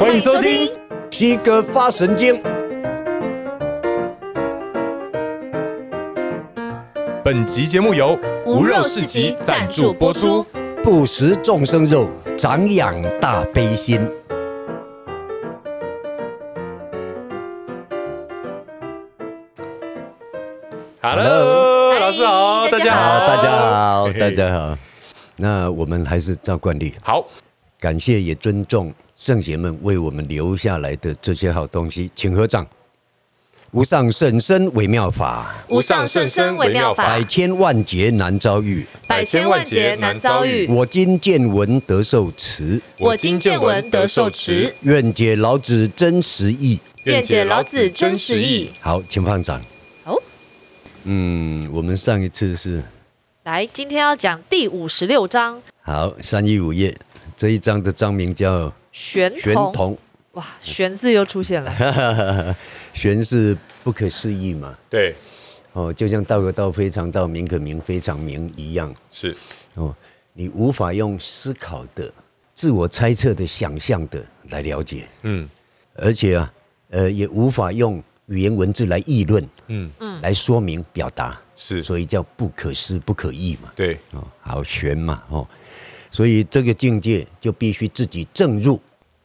欢迎收听西哥发神经。 本集节目由无肉市集赞助播出。 不食众生肉，长养大悲心。 Hello， 老师好，大家好， 大家好，大家好。那我们还是照惯例， 好， 感谢也尊重圣贤们为我们留下来的这些好东西，请合掌。无上甚深微妙法， 无上甚深微妙法， 百千万劫难遭遇， 百千万劫难遭遇。 我今见闻得受持， 我今见闻得受持。 愿解老子真实义， 愿解老子真实义。 好，请放掌。 好， 我们上一次是来，今天要讲第56章。 好，315页这一章的章名叫玄同。哇，玄字又出现了。 玄是不可思议嘛？ 对， 就像道可道非常道，名可名非常名一样。 是， 你无法用思考的、自我猜测的、想象的来了解。而且也无法用语言文字来议论，来说明表达。 是， 所以叫不可思不可议嘛。 对， 好玄嘛，所以这个境界就必须自己正入。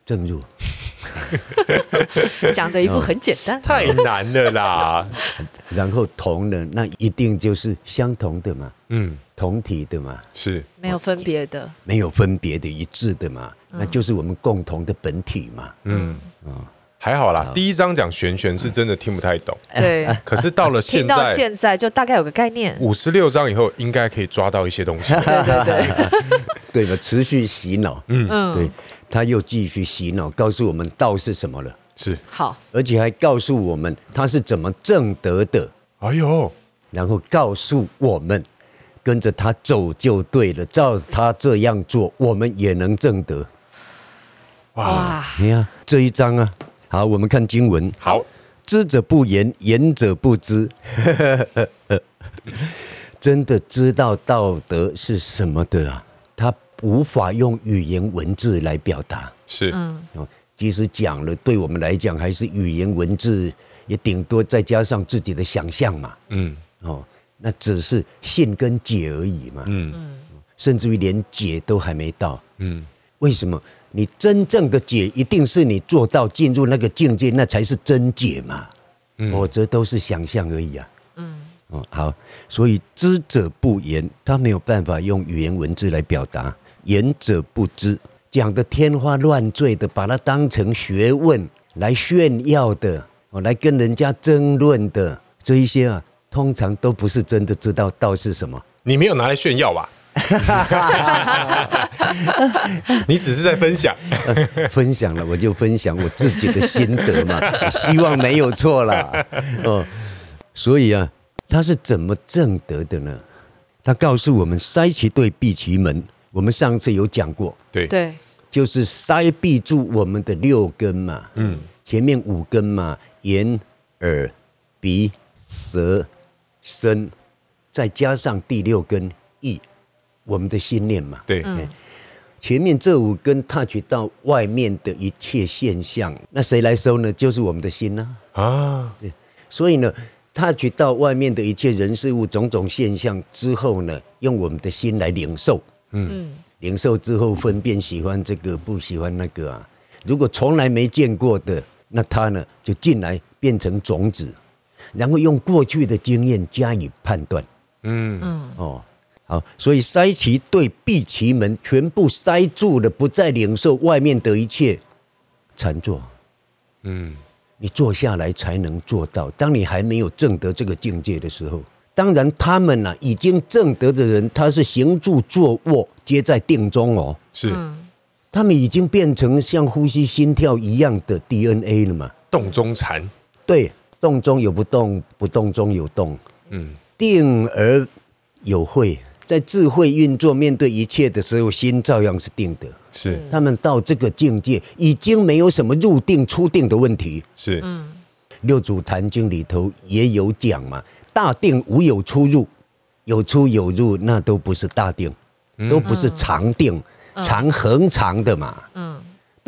讲的一副很简单， 太难了啦。 然后同呢，那一定就是相同的嘛，同体的嘛， 是没有分别的， 没有分别的一致的嘛，那就是我们共同的本体嘛。 还好啦。第一章讲玄是真的听不太懂， 对。 可是到了现在， 听到现在就大概有个概念。 56章以后，应该可以抓到一些东西。 对， 对吧？持续洗脑，对。他又继续洗脑，告诉我们道是什么了， 是好， 而且还告诉我们他是怎么证得的。 哎呦，然后告诉我们跟着他走就对了，照他这样做，我们也能证得。 哇， 你看这一章啊，好，我们看经文。 好， 知者不言，言者不知。真的知道道德是什么的啊，他无法用语言文字来表达。 是， 即使讲了，对我们来讲还是语言文字，也顶多再加上自己的想象嘛。那只是信跟解而已嘛。甚至于连解都还没到。为什么？你真正的解，一定是你做到进入那个境界，那才是真解嘛。否则都是想象而已啊。好，所以知者不言，他没有办法用语言文字来表达。言者不知，讲的天花乱坠的，把它当成学问来炫耀的，来跟人家争论的，这一些啊，通常都不是真的知道道是什么。 你没有拿来炫耀吧？你只是在分享。 分享了，我就分享我自己的心得嘛，希望没有错啦。所以啊，他是怎么证得的呢？他告诉我们：塞其兑，闭其门。我们上次有讲过， 对， 就是塞闭住我们的6根嘛，前面5根嘛，眼、耳、鼻、舌、身，再加上第6根意，我们的心念嘛， 对， 前面这5根 touch 到外面的一切现象，那谁来收呢？就是我们的心呢。对，所以呢，touch 到外面的一切人事物种种现象之后呢，用我们的心来领受。领受之后分辨喜欢这个不喜欢那个啊。如果从来没见过的，那他呢就进来变成种子，然后用过去的经验加以判断。好，所以塞其兑，闭其门，全部塞住了，不再领受外面的一切。禅坐，你坐下来才能做到。当你还没有证得这个境界的时候。当然，他们啊已经证得的人，他是行住坐卧皆在定中哦。 是， 他们已经变成像呼吸、心跳一样的 DNA 了嘛。 动中禅， 对，动中有不动，不动中有动。定而有慧，在智慧运作面对一切的时候，心照样是定的。 是， 他们到这个境界，已经没有什么入定出定的问题。 是， 六祖坛经里头也有讲嘛。大定无有出入，有出有入，那都不是大定，都不是常定，常恒常的嘛，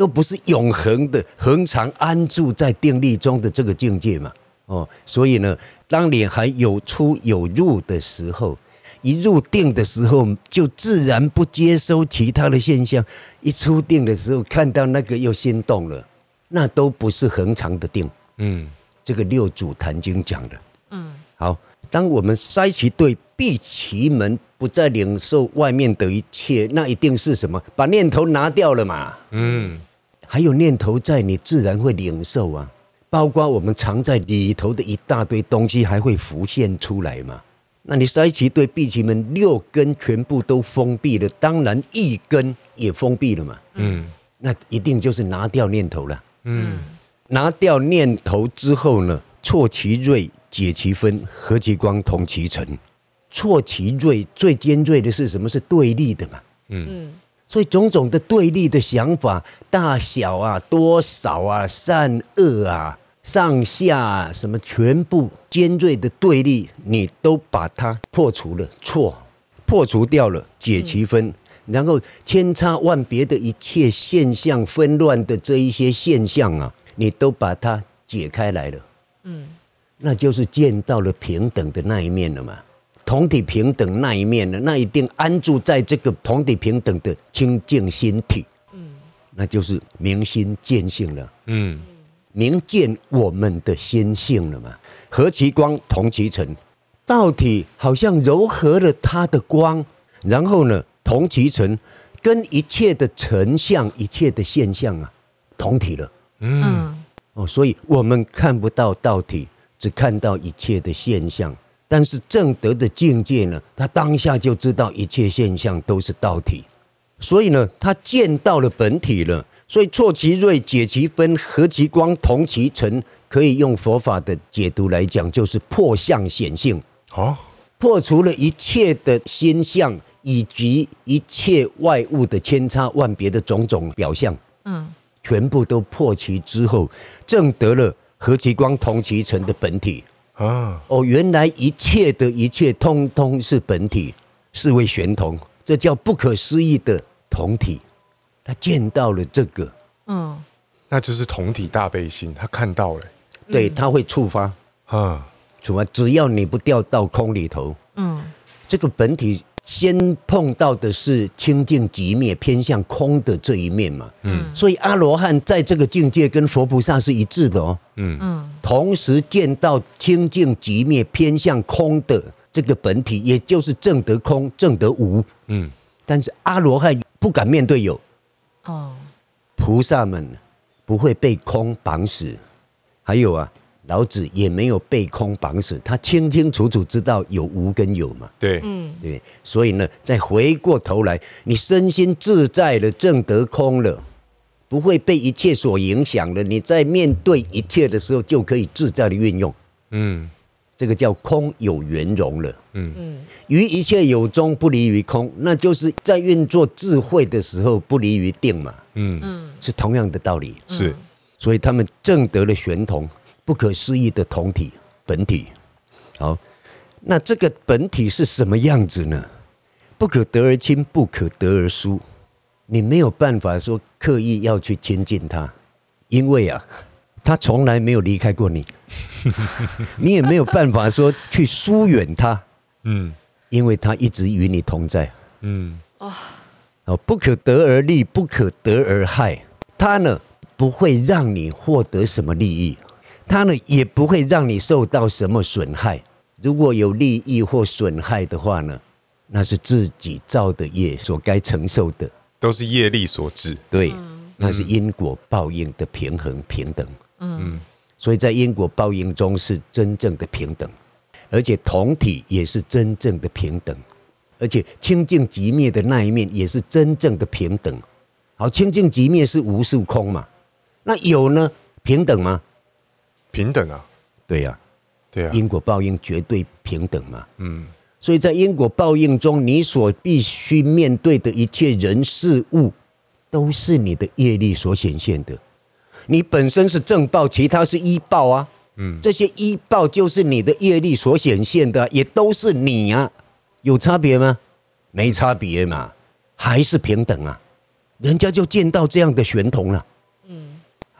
都不是永恒的、恒常安住在定力中的这个境界嘛。所以呢，当你还有出有入的时候，一入定的时候，就自然不接收其他的现象；一出定的时候，看到那个又心动了，那都不是恒常的定。这个六祖坛经讲的。好，当我们筛其对，闭其门，不再领受外面的一切，那一定是什么？把念头拿掉了嘛。还有念头在，你自然会领受啊。包括我们藏在里头的一大堆东西，还会浮现出来嘛。那你筛其对，闭其门，六根全部都封闭了，当然一根也封闭了嘛。那一定就是拿掉念头了。拿掉念头之后呢，挫其锐，解其分，和其光，同其尘。挫其锐，最尖锐的是什么？是对立的嘛。所以种种的对立的想法，大小啊、多少啊、善恶啊、上下啊，什么全部尖锐的对立，你都把它破除了，破除掉了，解其分，然后千差万别的一切现象，纷乱的这一些现象啊，你都把它解开来了。那就是见到了平等的那一面了嘛。同体平等那一面呢，那一定安住在这个同体平等的清净心体。那就是明心见性了。明见我们的心性了嘛。和其光，同其尘，到底好像柔和了它的光，然后呢，同其尘，跟一切的尘相、一切的现象啊，同体了。所以我们看不到道体，只看到一切的现象。但是正德的境界呢，他当下就知道一切现象都是道体，所以呢，他见到了本体了。所以挫其锐，解其分，和其光，同其尘，可以用佛法的解读来讲，就是破相显性。破除了一切的心相，以及一切外物的千差万别的种种表象。全部都破其之后，证得了和其光，同其尘的本体。原来一切的一切通通是本体，是为玄同，这叫不可思议的同体。他见到了这个， 那就是同体大悲心，他看到了。 对，他会触发。触发，只要你不掉到空里头，这个本体先碰到的是清净寂灭偏向空的这一面嘛。所以阿罗汉在这个境界跟佛菩萨是一致的哦。同时见到清净寂灭偏向空的这个本体，也就是证得空、证得无。但是阿罗汉不敢面对有。菩萨们不会被空绑死。还有啊，老子也没有被空绑死，他清清楚楚知道有无跟有嘛。 对， 所以呢，再回过头来，你身心自在了，证得空了，不会被一切所影响了。你在面对一切的时候，就可以自在的运用。这个叫空有圆融了。于一切有中，不离于空，那就是在运作智慧的时候，不离于定嘛。是同样的道理。 是， 所以他们证得了玄同，不可思议的同体本体。好，那这个本体是什么样子呢？不可得而亲，不可得而疏。你没有办法说刻意要去亲近他，因为啊，他从来没有离开过你。你也没有办法说去疏远他，因为他一直与你同在。不可得而利，不可得而害。他呢，不会让你获得什么利益，他呢，也不会让你受到什么损害。如果有利益或损害的话呢，那是自己造的业所该承受的， 都是业力所致。 对，那是因果报应的平衡平等。所以在因果报应中是真正的平等，而且同体也是真正的平等，而且清净寂灭的那一面也是真正的平等。好，清净寂灭是无是空嘛，那有呢？平等吗？ 平等啊。 对呀， 对啊， 因果报应绝对平等嘛。所以在因果报应中，你所必须面对的一切人事物，都是你的业力所显现的。你本身是正报，其他是依报啊。这些依报就是你的业力所显现的，也都是你啊。有差别吗？没差别嘛，还是平等啊。人家就见到这样的玄同了。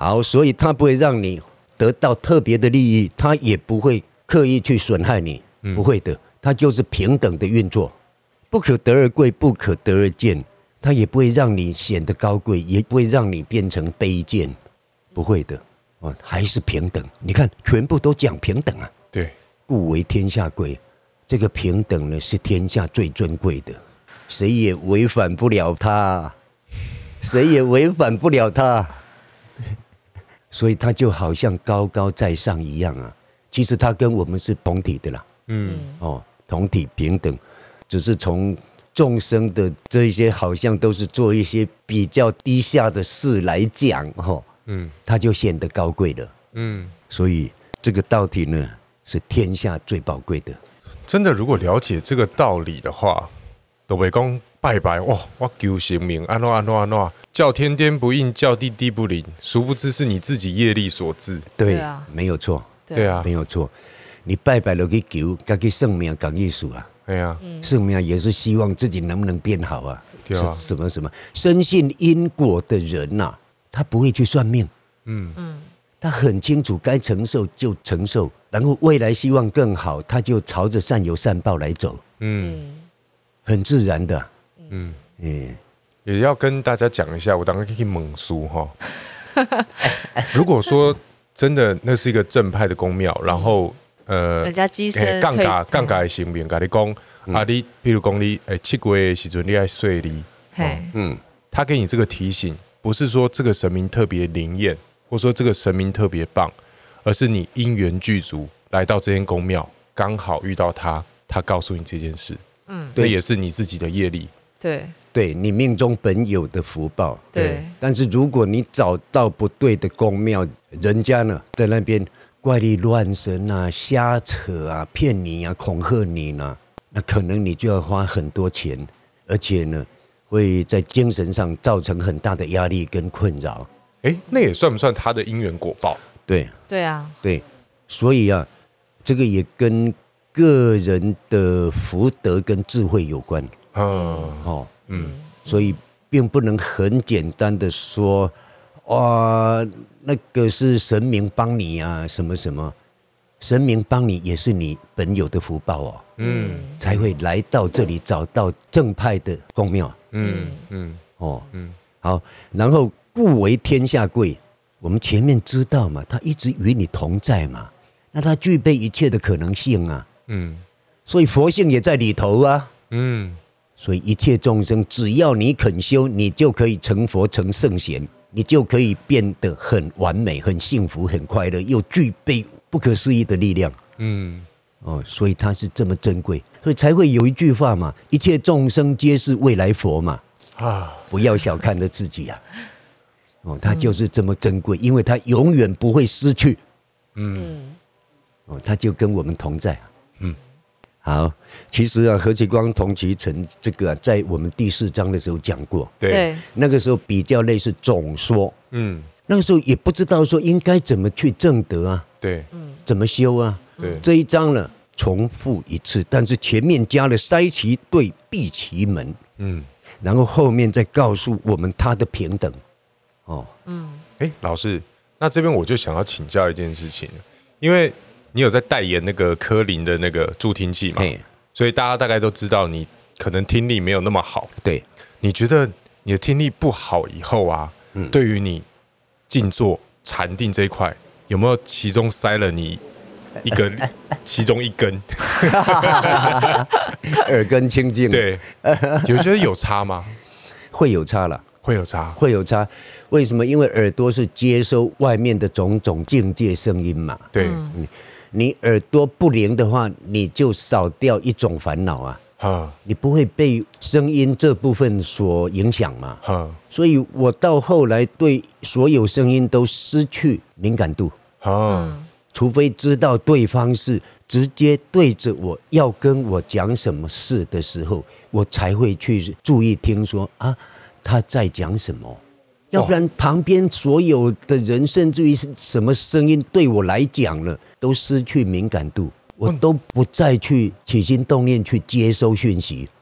好，所以它不会让你得到特别的利益，它也不会刻意去损害你，不会的，它就是平等的运作，不可得而贵，不可得而贱，它也不会让你显得高贵，也不会让你变成卑贱，不会的，还是平等。你看，全部都讲平等啊。 对， 故为天下贵，这个平等呢是天下最尊贵的，谁也违反不了它，谁也违反不了它。所以它就好像高高在上一样啊，其实它跟我们是同体的啦，同体平等，只是从众生的这一些好像都是做一些比较低下的事来讲，它就显得高贵了，所以这个道体呢是天下最宝贵的。 真的，如果了解这个道理的话，都会讲拜拜哇，我求神明，安怎，叫天天不应，叫地地不灵，殊不知是你自己业力所致。 对啊，没有错， 对啊， 没有错。你拜拜了去求，该去算命讲艺术啊， 对啊， 算命也是希望自己能不能变好啊， 对啊， 什么深信因果的人呐，他不会去算命，他很清楚该承受就承受，然后未来希望更好，他就朝着善有善报来走，很自然的， 也要跟大家讲一下，我当然可以猛书哈。如果说真的那是一个正派的宫庙，然后人家机身杠杆的神明跟你讲啊，你比如讲你7月的时阵你要岁礼，他给你这个提醒，不是说这个神明特别灵验，或说这个神明特别棒，而是你因缘具足来到这间宫庙，刚好遇到他告诉你这件事，那也是你自己的业力。 对，你命中本有的福报。 对， 但是如果你找到不对的宫庙，人家呢在那边怪力乱神啊、瞎扯啊、骗你啊、恐吓你呢，那可能你就要花很多钱，而且呢会在精神上造成很大的压力跟困扰。 那也算不算他的因缘果报？ 对啊， 对，所以啊，这个也跟个人的福德跟智慧有关。所以并不能很简单的说，哇，那个是神明帮你啊，什么什么，神明帮你也是你本有的福报哦，才会来到这里找到正派的宫庙，好，然后故为天下贵，我们前面知道嘛，他一直与你同在嘛，那他具备一切的可能性啊，所以佛性也在里头啊，所以一切众生，只要你肯修，你就可以成佛成圣贤，你就可以变得很完美、很幸福、很快乐，又具备不可思议的力量。所以它是这么珍贵，所以才会有一句话嘛：一切众生皆是未来佛嘛。不要小看了自己啊！它就是这么珍贵，因为它永远不会失去。它就跟我们同在。好，其实啊，何其光同其尘这个在我们第4章的时候讲过， 对， 那个时候比较类似总说，那个时候也不知道说应该怎么去证得啊， 对， 怎么修啊， 对， 这一章呢重复一次，但是前面加了筛其对闭其门，然后后面再告诉我们他的平等， 老师，那这边我就想要请教一件事情，因为你有在代言那个科林的那个助听器嘛？所以大家大概都知道你可能听力没有那么好。对，你觉得你的听力不好以后啊，对于你静坐禅定这一块，有没有其中塞了你其中一根？ 耳根清净。 对，有觉得有差吗？ 会有差了。 会有差， 会有差。为什么？因为耳朵是接收外面的种种境界声音嘛。 对。 你耳朵不灵的话，你就少掉一种烦恼啊。你不会被声音这部分所影响嘛。所以我到后来对所有声音都失去敏感度。除非知道对方是直接对着我要跟我讲什么事的时候，我才会去注意听说啊他在讲什么。要不然旁边所有的人，甚至于是什么声音对我来讲了，都失去敏感度，我都不再去起心动念去接收讯息。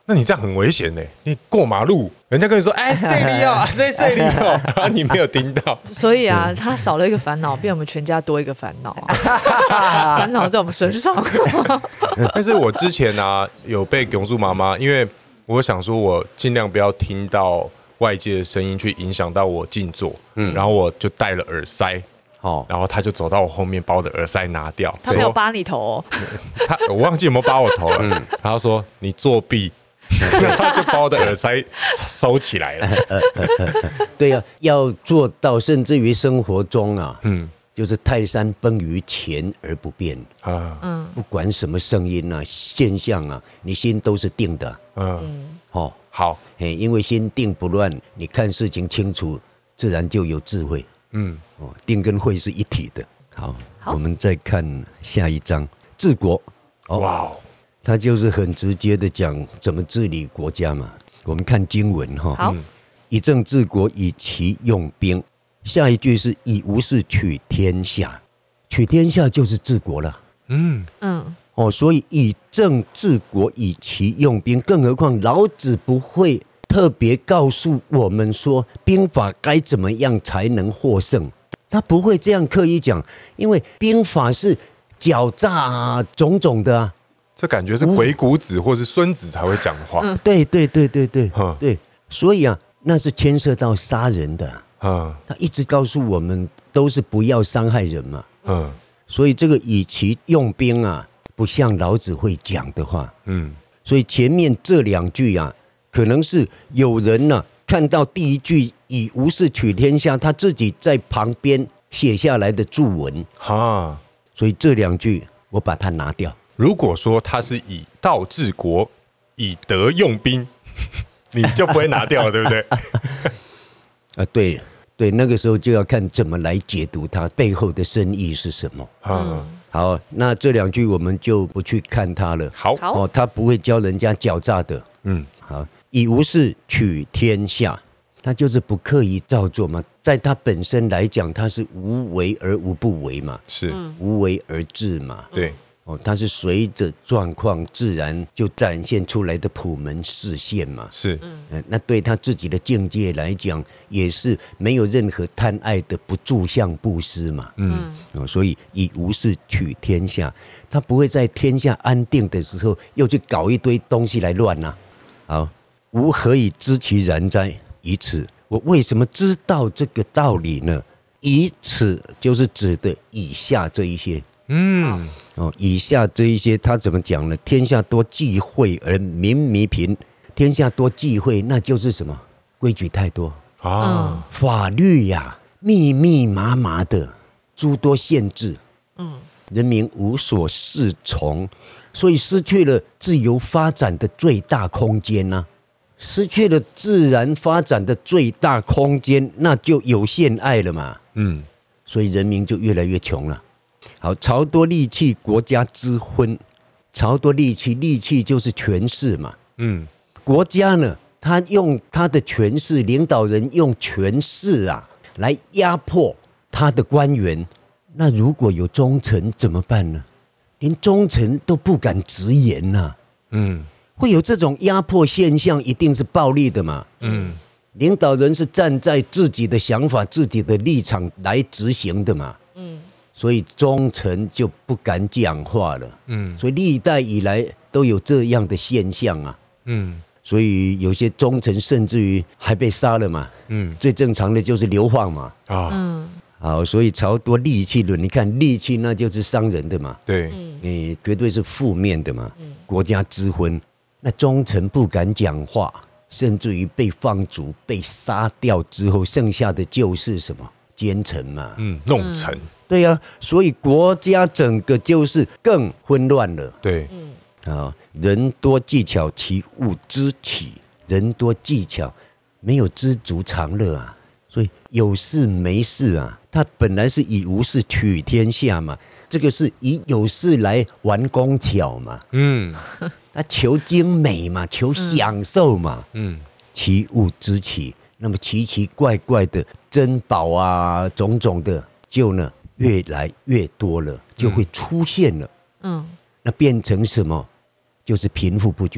那你这样很危险呢。你过马路，人家跟你说，哎，谁你哦，谁你哦，然后你没有听到。 所以啊，他少了一个烦恼，变我们全家多一个烦恼啊，烦恼在我们身上。 但是我之前啊，有被永住妈妈，因为我想说，我尽量不要听到外界的声音去影响到我静坐，然后我就戴了耳塞。然后他就走到我后面，把我的耳塞拿掉。 他没有扒你头哦， 我忘记有没有扒我头了。然后说你作弊，然后就把我的耳塞收起来了。 对啊，要做到，甚至于生活中啊，就是泰山崩于前而不变啊。不管什么声音啊、现象啊，你心都是定的。 好， 因为心定不乱，你看事情清楚，自然就有智慧。定跟慧是一体的。好，我们再看下一章，治国。哇，他就是很直接的讲怎么治理国家嘛。我们看经文哈，以政治国，以其用兵。下一句是以无事取天下，取天下就是治国了。所以以政治国，以其用兵。更何况老子不会特别告诉我们说兵法该怎么样才能获胜，他不会这样刻意讲，因为兵法是狡诈啊，种种的啊。 这感觉是鬼谷子或是孙子才会讲的话。 对，所以啊，那是牵涉到杀人的。他一直告诉我们都是不要伤害人嘛。所以这个以其用兵啊，不像老子会讲的话。所以前面这两句啊，可能是有人呢看到第一句以无事取天下，他自己在旁边写下来的注文。所以这两句我把它拿掉。 如果说他是以道治国，以德用兵，你就不会拿掉了，对不对？对，那个时候就要看怎么来解读它背后的深意是什么。好，那这两句我们就不去看它了。 好， 他不会教人家狡诈的。好，以无事取天下，他就是不刻意照做嘛。在他本身来讲，他是无为而无不为嘛， 是无为而治嘛。 对。 它是随着状况自然就展现出来的普门示现嘛。 是， 那对他自己的境界来讲，也是没有任何贪爱的，不住相布施嘛。所以以无事取天下，他不会在天下安定的时候又去搞一堆东西来乱啊。好，吾何以知其然哉？以此。我为什么知道这个道理呢？以此就是指的以下这一些。以下这一些他怎么讲呢？天下多忌讳而民弥贫。天下多忌讳，那就是什么？规矩太多啊，法律呀，密密麻麻的，诸多限制。人民无所适从，所以失去了自由发展的最大空间啊，失去了自然发展的最大空间，那就有限爱了嘛。所以人民就越来越穷了。好，朝多利器，国家之昏。朝多利器，利器就是权势嘛。国家呢，他用他的权势，领导人用权势啊，来压迫他的官员。那如果有忠臣怎么办呢？连忠臣都不敢直言啊。会有这种压迫现象，一定是暴力的嘛。领导人是站在自己的想法、自己的立场来执行的嘛。所以忠臣就不敢讲话了。所以历代以来都有这样的现象啊。所以有些忠臣甚至于还被杀了嘛。最正常的就是流放嘛。好，所以朝多利器论，你看利器那就是伤人的嘛。 对， 绝对是负面的嘛。国家之昏，那忠臣不敢讲话，甚至于被放逐、被杀掉之后，剩下的就是什么奸臣嘛。 弄臣。 对啊，所以国家整个就是更混乱了。 对， 人多技巧，其物知起。人多技巧，没有知足常乐啊。所以有事没事啊，他本来是以无事取天下嘛，这个是以有事来玩工巧嘛。他求精美嘛，求享受嘛。其物知起，那么奇奇怪怪的珍宝啊，种种的，就呢越来越多了，就会出现了。那变成什么？就是贫富不均。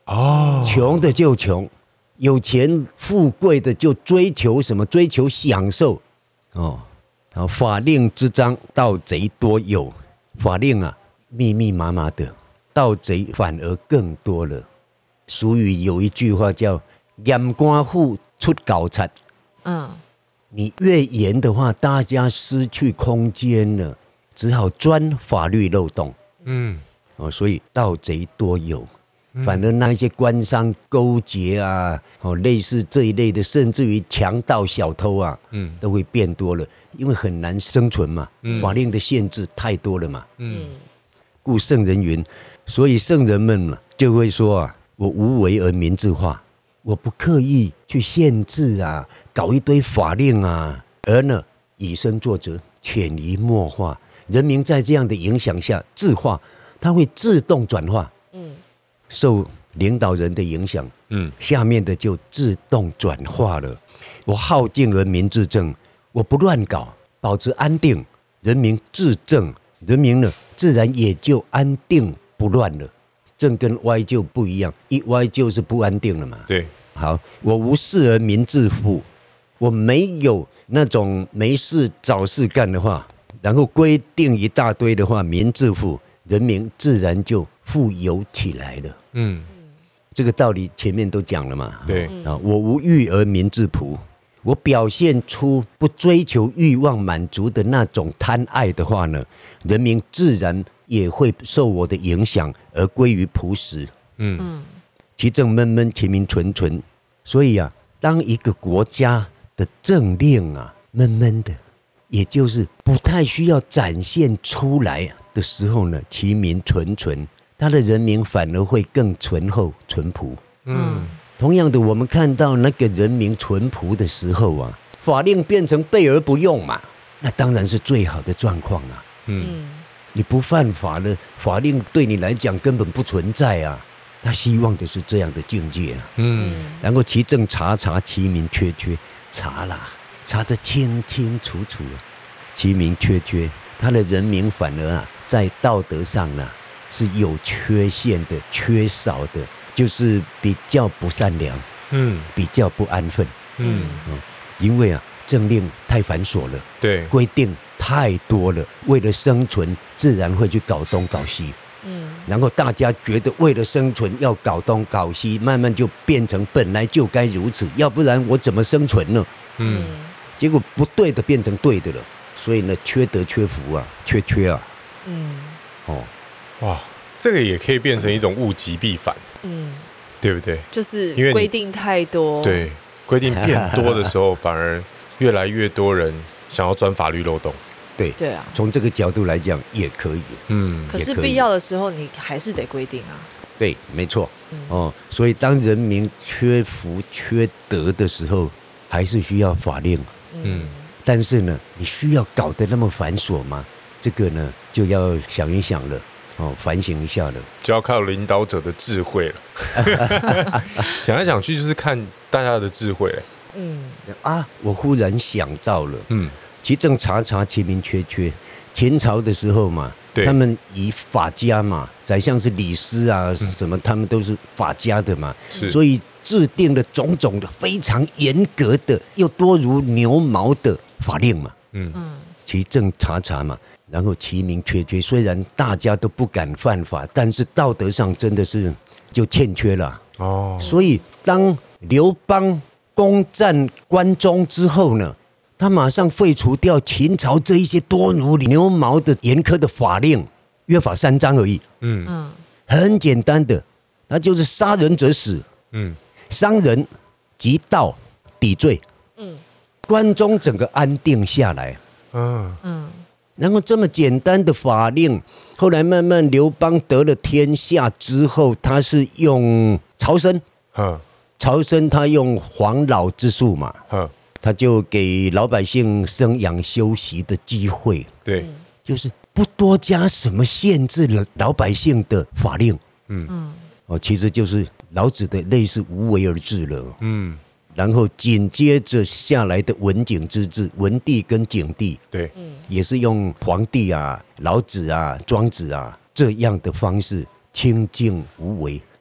穷的就穷，有钱富贵的就追求什么？追求享受哦。然后法令之章，盗贼多有。法令啊，密密麻麻的，盗贼反而更多了。俗语有一句话叫“严官户出搞贼”。你越严的话，大家失去空间了，只好钻法律漏洞。所以盗贼多有。反而那一些官商勾结啊，类似这一类的，甚至于强盗、小偷啊，都会变多了，因为很难生存嘛，法令的限制太多了嘛。故圣人云，所以圣人们嘛就会说啊，我无为而民治化，我不刻意去限制啊，搞一堆法令啊，而呢以身作则，潜移默化，人民在这样的影响下自化，它会自动转化。受领导人的影响，下面的就自动转化了。我好静而民治正，我不乱搞，保持安定，人民治正，人民呢自然也就安定不乱了。正跟歪就不一样，一歪就是不安定了嘛。 对， 好，我无事而民治富，我没有那种没事找事干的话，然后规定一大堆的话，民治富，人民自然就富有起来了。这个道理前面都讲了嘛。 对， 我无欲而民治朴，我表现出不追求欲望满足的那种贪爱的话呢，人民自然也会受我的影响而归于朴实。其政闷闷，其民纯纯。所以啊，当一个国家的政令啊闷闷的，也就是不太需要展现出来的时候呢，其民纯纯，他的人民反而会更醇厚淳朴。同样的，我们看到那个人民淳朴的时候啊，法令变成备而不用嘛，那当然是最好的状况啊。你不犯法了，法令对你来讲根本不存在啊。他希望的是这样的境界啊。然后其政察察，其民缺缺，查啦，查得清清楚楚，其民缺缺，他的人民反而啊，在道德上啊是有缺陷的、缺少的，就是比较不善良，比较不安分，因为啊，政令太繁琐了， 对， 规定太多了，为了生存，自然会去搞东搞西，然后大家觉得为了生存要搞东搞西，慢慢就变成本来就该如此，要不然我怎么生存呢？结果不对的变成对的了，所以呢，缺德缺福啊，缺啊， 哇，这个也可以变成一种物极必反，对不对？ 就是规定太多， 对，规定变多的时候，反而越来越多人想要钻法律漏洞。 对啊，从这个角度来讲也可以。 可是必要的时候，你还是得规定啊。 对，没错。所以当人民缺福缺德的时候，还是需要法令。但是呢，你需要搞得那么繁琐吗？这个呢，就要想一想了。反省一下了， 就要靠领导者的智慧了。讲来讲去就是看大家的智慧。 我忽然想到了，其政察察，其民缺缺。前朝的时候嘛，他们以法家嘛，宰相是理师啊，什么他们都是法家的嘛，所以制定了种种的非常严格的又多如牛毛的法令嘛。其政察察嘛。然后其民缺缺，虽然大家都不敢犯法，但是道德上真的是就欠缺了。所以当刘邦攻占关中之后呢，他马上废除掉秦朝这一些多如牛毛的严苛的法令，约法三章而已。很简单的，那就是杀人者死，伤人即盗抵罪。关中整个安定下来。然后这么简单的法令，后来慢慢刘邦得了天下之后，他是用曹参，曹参他用黄老之术嘛，他就给老百姓生养休息的机会， 对， 就是不多加什么限制了老百姓的法令，其实就是老子的类似无为而治了，然后紧接着下来的文景之治，文帝跟景帝，对，也是用皇帝啊、老子啊、庄子啊这样的方式清静无为，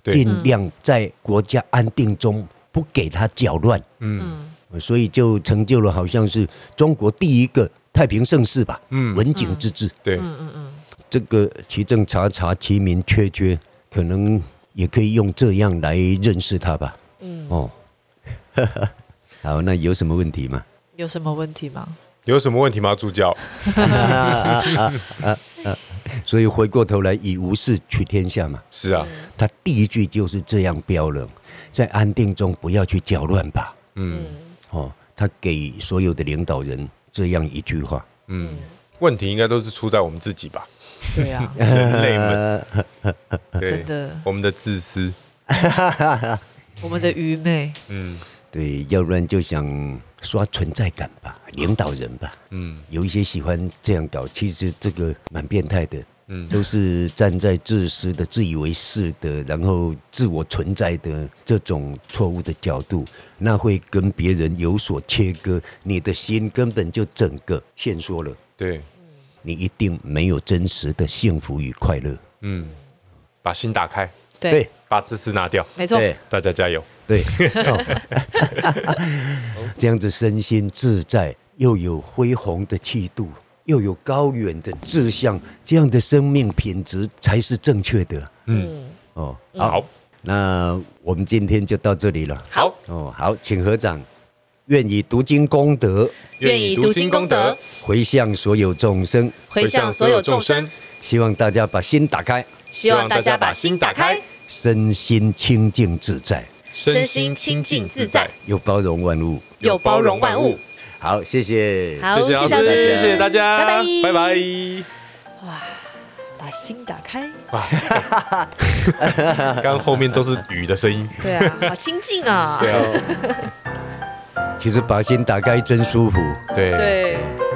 尽量在国家安定中不给它搅乱。所以就成就了好像是中国第一个太平盛世吧，文景之治。 对， 这个其政察察，其民缺缺，可能也可以用这样来认识他吧。好，那有什么问题吗？ 有什么问题吗？ 有什么问题吗，助教？ 所以回过头来，以无事取天下嘛。 是啊， 他第一句就是这样标了，在安定中不要去搅乱吧。他给所有的领导人这样一句话。 问题应该都是出在我们自己吧？ 对啊， 人类们， 真的， 我们的自私， 我们的愚昧。 对，要不然就想刷存在感吧，领导人吧。有一些喜欢这样搞，其实这个蛮变态的。都是站在自私的、自以为是的，然后自我存在的这种错误的角度，那会跟别人有所切割，你的心根本就整个限缩了。 对， 你一定没有真实的幸福与快乐。 把心打开， 对， 把自私拿掉， 没错， 大家加油。 对，这样子身心自在，又有恢宏的气度，又有高远的志向，这样的生命品质才是正确的。 好， 那我们今天就到这里了。 好， 好，请合掌，愿以读经功德， 愿以读经功德， 回向所有众生， 回向所有众生。 希望大家把心打开， 希望大家把心打开， 身心清净自在， 身心清净自在， 又包容万物， 又包容万物。 好，谢谢， 好， 谢谢老师，谢谢大家， 拜拜， 拜拜。 哇，把心打开。 刚刚后面都是雨的声音。 对啊，好清静啊。 对啊， 其实把心打开真舒服。 对。 对。